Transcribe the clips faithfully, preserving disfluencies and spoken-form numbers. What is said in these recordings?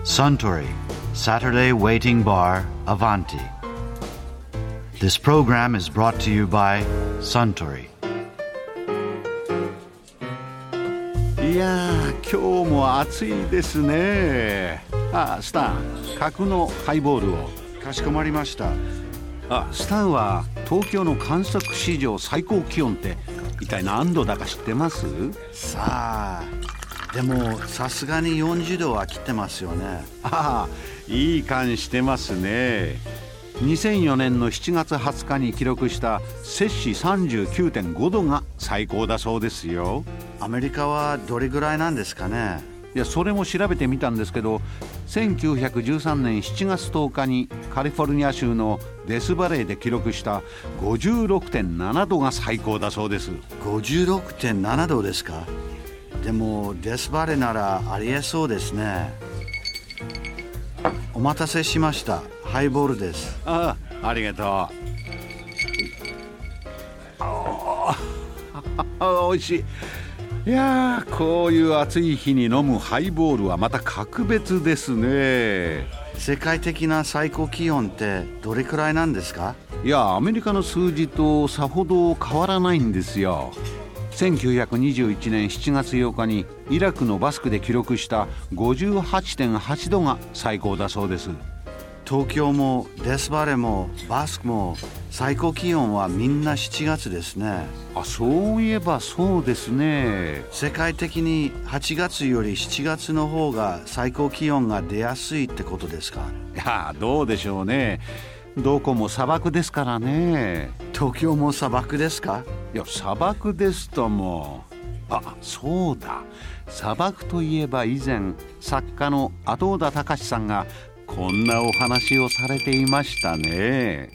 Suntory Saturday Waiting Bar Avanti. This program is brought to you by Suntory. いやー、今日も暑いですね。あ、スタン、角のハイボールを。 かしこまりました。 あ、スタンは東京の観測史上最高気温って一体何度だか知ってます？ さあ、でもさすがによんじゅうどは切ってますよね。 ああ、いい感してますね。にせんよねんのしちがつはつかに記録した摂氏 さんじゅうきゅうてんごどが最高だそうですよ。 アメリカはどれぐらいなんですかね？ いや、それも調べてみたんですけど、せんきゅうひゃくじゅうさんねんしちがつとおかにカリフォルニア州のデスバレーで記録した ごじゅうろくてんななどが最高だそうです。 ごじゅうろくてんななどですか？でもデスバレーならありえそうですね。お待たせしました。ハイボールです。 ああ、ありがとう。ああ、おいしい。いやー、こういう暑い日に飲むハイボールはまた格別ですね。 世界的な最高気温ってどれくらいなんですか？ いや、アメリカの数字とさほど変わらないんですよ。せんきゅうひゃくにじゅういちねんしちがつようかにイラクのバスクで記録した ごじゅうはちてんはちどが最高だそうです。 東京もデスバレーもバスクも最高気温はみんなしちがつですね。 あ、そういえばそうですね。 世界的にはちがつよりしちがつの方が最高気温が出やすいってことですか？ いや、どうでしょうね。どこも砂漠ですからね。 東京も砂漠ですか？ いや、砂漠ですとも。あ、そうだ、砂漠といえば以前作家の後田隆さんがこんなお話をされていましたね。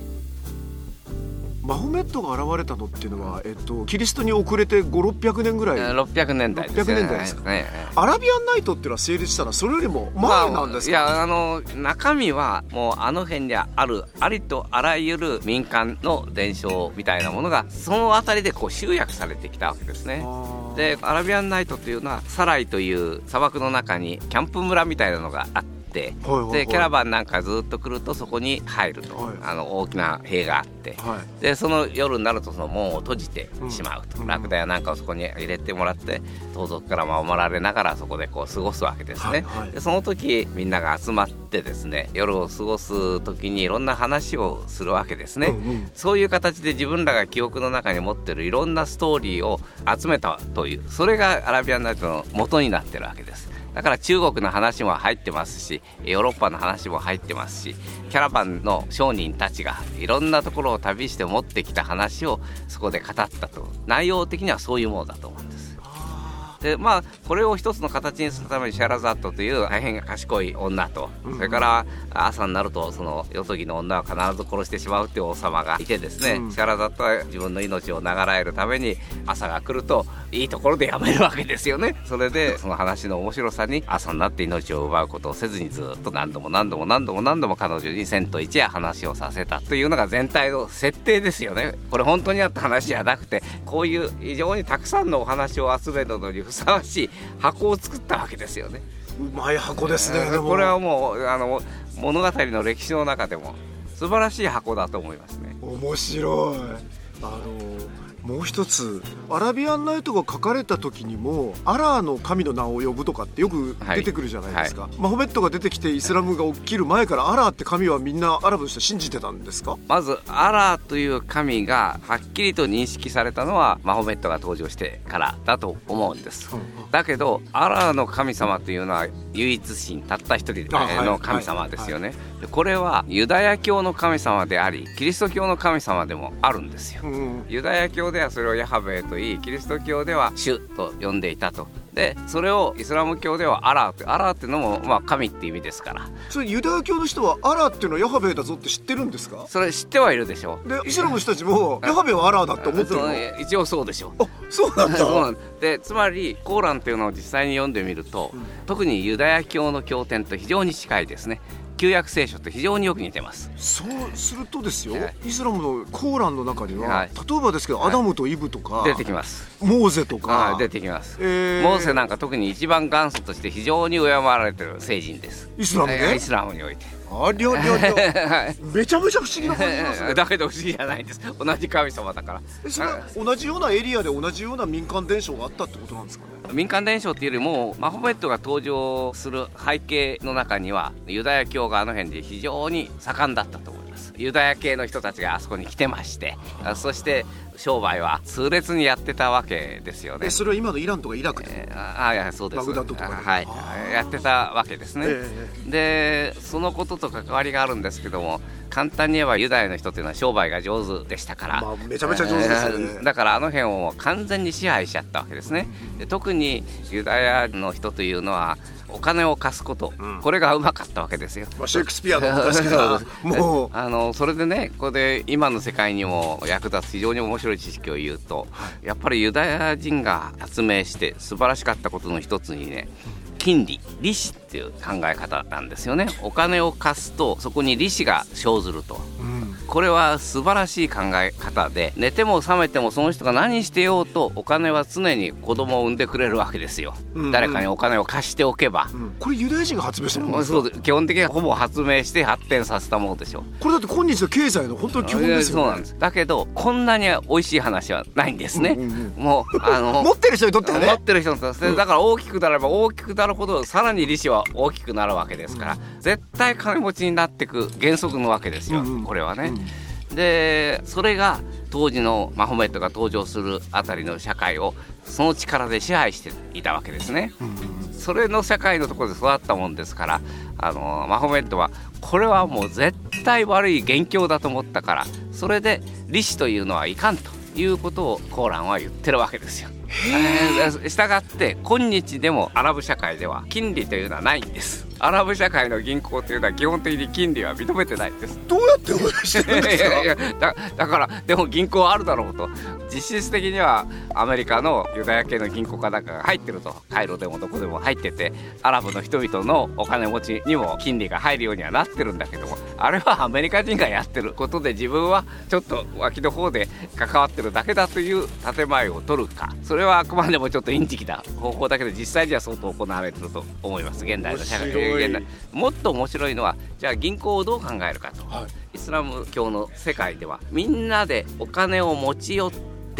マホメットが現れたのっていうのは、えっと、キリストに遅れてごひゃくろっぴゃくねんぐらい。 ろっぴゃくねんだいですね。 ろっぴゃくねんだいですか、ね、アラビアンナイトっていうのは成立したのはそれよりも前なんですか？ まあ、いや、あの中身はもうあの辺にあるありとあらゆる民間の伝承みたいなものがそのあたりでこう集約されてきたわけですね。で、アラビアンナイトというのはサライという砂漠の中にキャンプ村みたいなのがあって、でキャラバンなんかずっと来るとそこに入ると、はい、あの大きな塀があって、はい、でその夜になるとその門を閉じてしまうと、うん、ラクダやなんかをそこに入れてもらって盗賊から守られながらそこでこう過ごすわけですね、はいはい、でその時みんなが集まってですね、夜を過ごす時にいろんな話をするわけですね、うんうん、そういう形で自分らが記憶の中に持ってるいろんなストーリーを集めたという、それがアラビアンナイトの元になってるわけです。だから中国の話も入ってますし、ヨーロッパの話も入ってますし、キャラバンの商人たちがいろんなところを旅して持ってきた話をそこで語ったと、内容的にはそういうものだと思うんです。で、まあ、これを一つの形にするためにシャラザットという大変賢い女と、それから朝になるとそのよそぎの女は必ず殺してしまうという王様がいてですね、うん、シャラザットは自分の命を長らえるために朝が来るといいところでやめるわけですよね。それでその話の面白さに朝になって命を奪うことをせずにずっと何度も何度も何度も何度も彼女に千と一夜話をさせたというのが全体の設定ですよね。これ本当にあった話じゃなくて、こういう非常にたくさんのお話を集めるのにふさわしい箱を作ったわけですよね。 うまい箱ですね。でもこれはもうあの物語の歴史の中でも素晴らしい箱だと思いますね。 面白い。あのもう一つ、アラビアンナイトが書かれた時にもアラーの神の名を呼ぶとかってよく出てくるじゃないですか、はいはい、マホメットが出てきてイスラムが起きる前からアラーって神はみんなアラブとして信じてたんですか？ まずアラーという神がはっきりと認識されたのはマホメットが登場してからだと思うんです、うん、だけどアラーの神様というのは唯一神、たった一人の神様ですよね、はいはいはい、でこれはユダヤ教の神様でありキリスト教の神様でもあるんですよ、うん、ユダヤ教ではそれをヤハベと言い、キリスト教では主と呼んでいたと。でそれをイスラム教ではアラーって、アラーっていうのもまあ神っていう意味ですから。 それユダヤ教の人はアラーっていうのはヤハベだぞって知ってるんですか？ それ知ってはいるでしょ。 でイスラムの人たちもヤハベはアラーだって思ってるの？ 一応そうでしょ。 あ、そうなんだ。 そうなんで、つまりコーランっていうのを実際に読んでみると、うん、特にユダヤ教の経典と非常に近いですね。 旧約聖書と非常によく似てます。 そうするとですよ、イスラムのコーランの中には、はい、例えばですけど、はい、アダムとイブとか出てきます。 モーゼとか、 はい、出てきます、えー、モーゼなんか特に一番元祖として非常に敬われている聖人です。 イスラムね。 イスラムにおいてありゃりゃりゃめちゃめちゃ不思議な感じですね。 だけど不思議じゃないんです。同じ神様だから。 えそれは同じようなエリアで同じような民間伝承があったってことなんですかね。 民間伝承っていうよりもマホメットが登場する背景の中にはユダヤ教があの辺で非常に盛んだったと思います。ユダヤ系の人たちがあそこに来てまして、そして商売は痛烈にやってたわけですよね。 それは今のイランとかイラクで、 えー、あいやそうです。 バグダッドとかで、 はい、やってたわけですね、えー、でそのことと関わりがあるんですけども、簡単に言えばユダヤの人というのは商売が上手でしたから、 まあ、めちゃめちゃ上手ですよね。 だからあの辺を完全に支配しちゃったわけですね。で特にユダヤの人というのはお金を貸すこと、うん、これがうまかったわけですよ。 まあ、シェイクスピアの昔からもうあのそれでね、ここで今の世界にも役立つ非常に面白い知識を言うと、はい、やっぱりユダヤ人が発明して素晴らしかったことの一つにね、金利、利子っていう考え方なんですよね。お金を貸すとそこに利子が生ずると、うん、これは素晴らしい考え方で、寝ても覚めてもその人が何してようとお金は常に子供を産んでくれるわけですよ、うんうん、誰かにお金を貸しておけば、うん、 これユダヤ人が発明したものですか。 そう基本的にはほぼ発明して発展させたものでしょ。 これだって今日の経済の本当に基本ですよね。 そうなんです。だけどこんなに美味しい話はないんですね、うんうんうん、もうあの持ってる人にとってはね、 持ってる人にとっては、だから大きくなれば大きくなるほどさらに利子は大きくなるわけですから、うん、絶対金持ちになっていく原則のわけですよ、うんうん、これはね、うん、でそれが当時のマホメットが登場するあたりの社会をその力で支配していたわけですね、うんうん、それの社会のところで育ったもんですから、あのマホメットはこれはもう絶対悪い元凶だと思ったから、それで利子というのはいかんということをコーランは言ってるわけですよ。したがって今日でもアラブ社会では金利というのはないんです。アラブ社会の銀行というのは基本的に金利は認めてないんです。 どうやって運営してるんですか。いやいやだ, だからでも銀行はあるだろうと、実質的にはアメリカのユダヤ系の銀行かなんかが入ってると、カイロでもどこでも入ってて、アラブの人々のお金持ちにも金利が入るようにはなってるんだけども、あれはアメリカ人がやってることで自分はちょっと脇の方で関わってるだけだという建前を取るか、それはあくまでもちょっとインチキな方法だけど実際には相当行われてると思います。現代の社会で現代もっと面白いのは、じゃあ銀行をどう考えるかと、はい、イスラム教の世界ではみんなでお金を持ち寄って、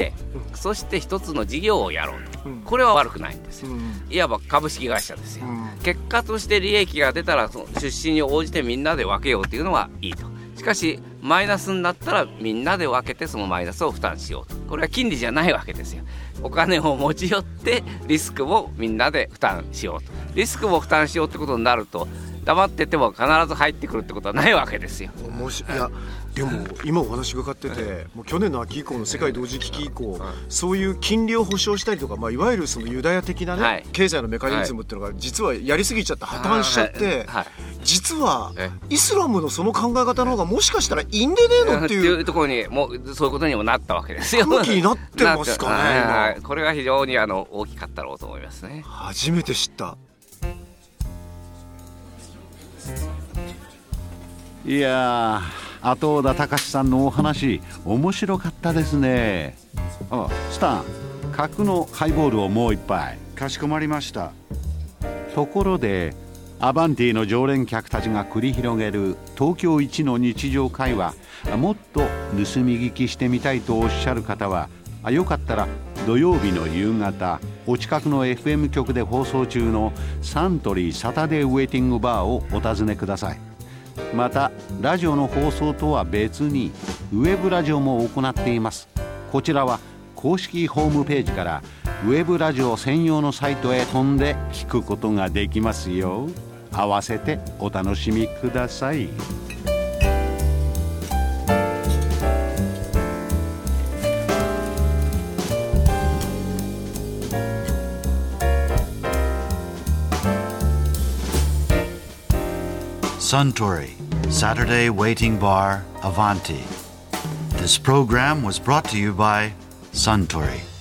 うん、そして一つの事業をやろうと、うん、これは悪くないんですよ、うん、いわば株式会社ですよ、うん、結果として利益が出たらその出資に応じてみんなで分けようというのはいいと。しかしマイナスになったらみんなで分けてそのマイナスを負担しようと。これは金利じゃないわけですよ。お金を持ち寄ってリスクをみんなで負担しようと。リスクを負担しようってことになると、黙ってても必ず入ってくるってことはないわけですよ。 もしいやでも今お話伺ってて、もう去年の秋以降の世界同時危機以降、そういう金利を保証したりとか、まあ、いわゆるそのユダヤ的な、ね、はい、経済のメカニズムっていうのが実はやりすぎちゃって破綻しちゃって、はいはい、実はイスラムのその考え方の方がもしかしたらいいんでねえのっていう、っていうところにもうそういうことにもなったわけですよ。 向きになってますかねはい、これは非常にあの大きかったろうと思いますね。 初めて知った。 いやー、後田隆さんのお話面白かったですね。あ、スタン、角のハイボールをもう一杯。 かしこまりました。 ところでアバンティの常連客たちが繰り広げる東京一の日常会話、もっと盗み聞きしてみたいとおっしゃる方は、よかったら土曜日の夕方お近くの エフエム 局で放送中のサントリーサタデーウェイティングバーをお尋ねください。またラジオの放送とは別にウェブラジオも行っています。こちらは公式ホームページからウェブラジオ専用のサイトへ飛んで聞くことができますよ。合わせてお楽しみください。 Suntory Saturday Waiting Bar Avanti. This program was brought to you by Suntory.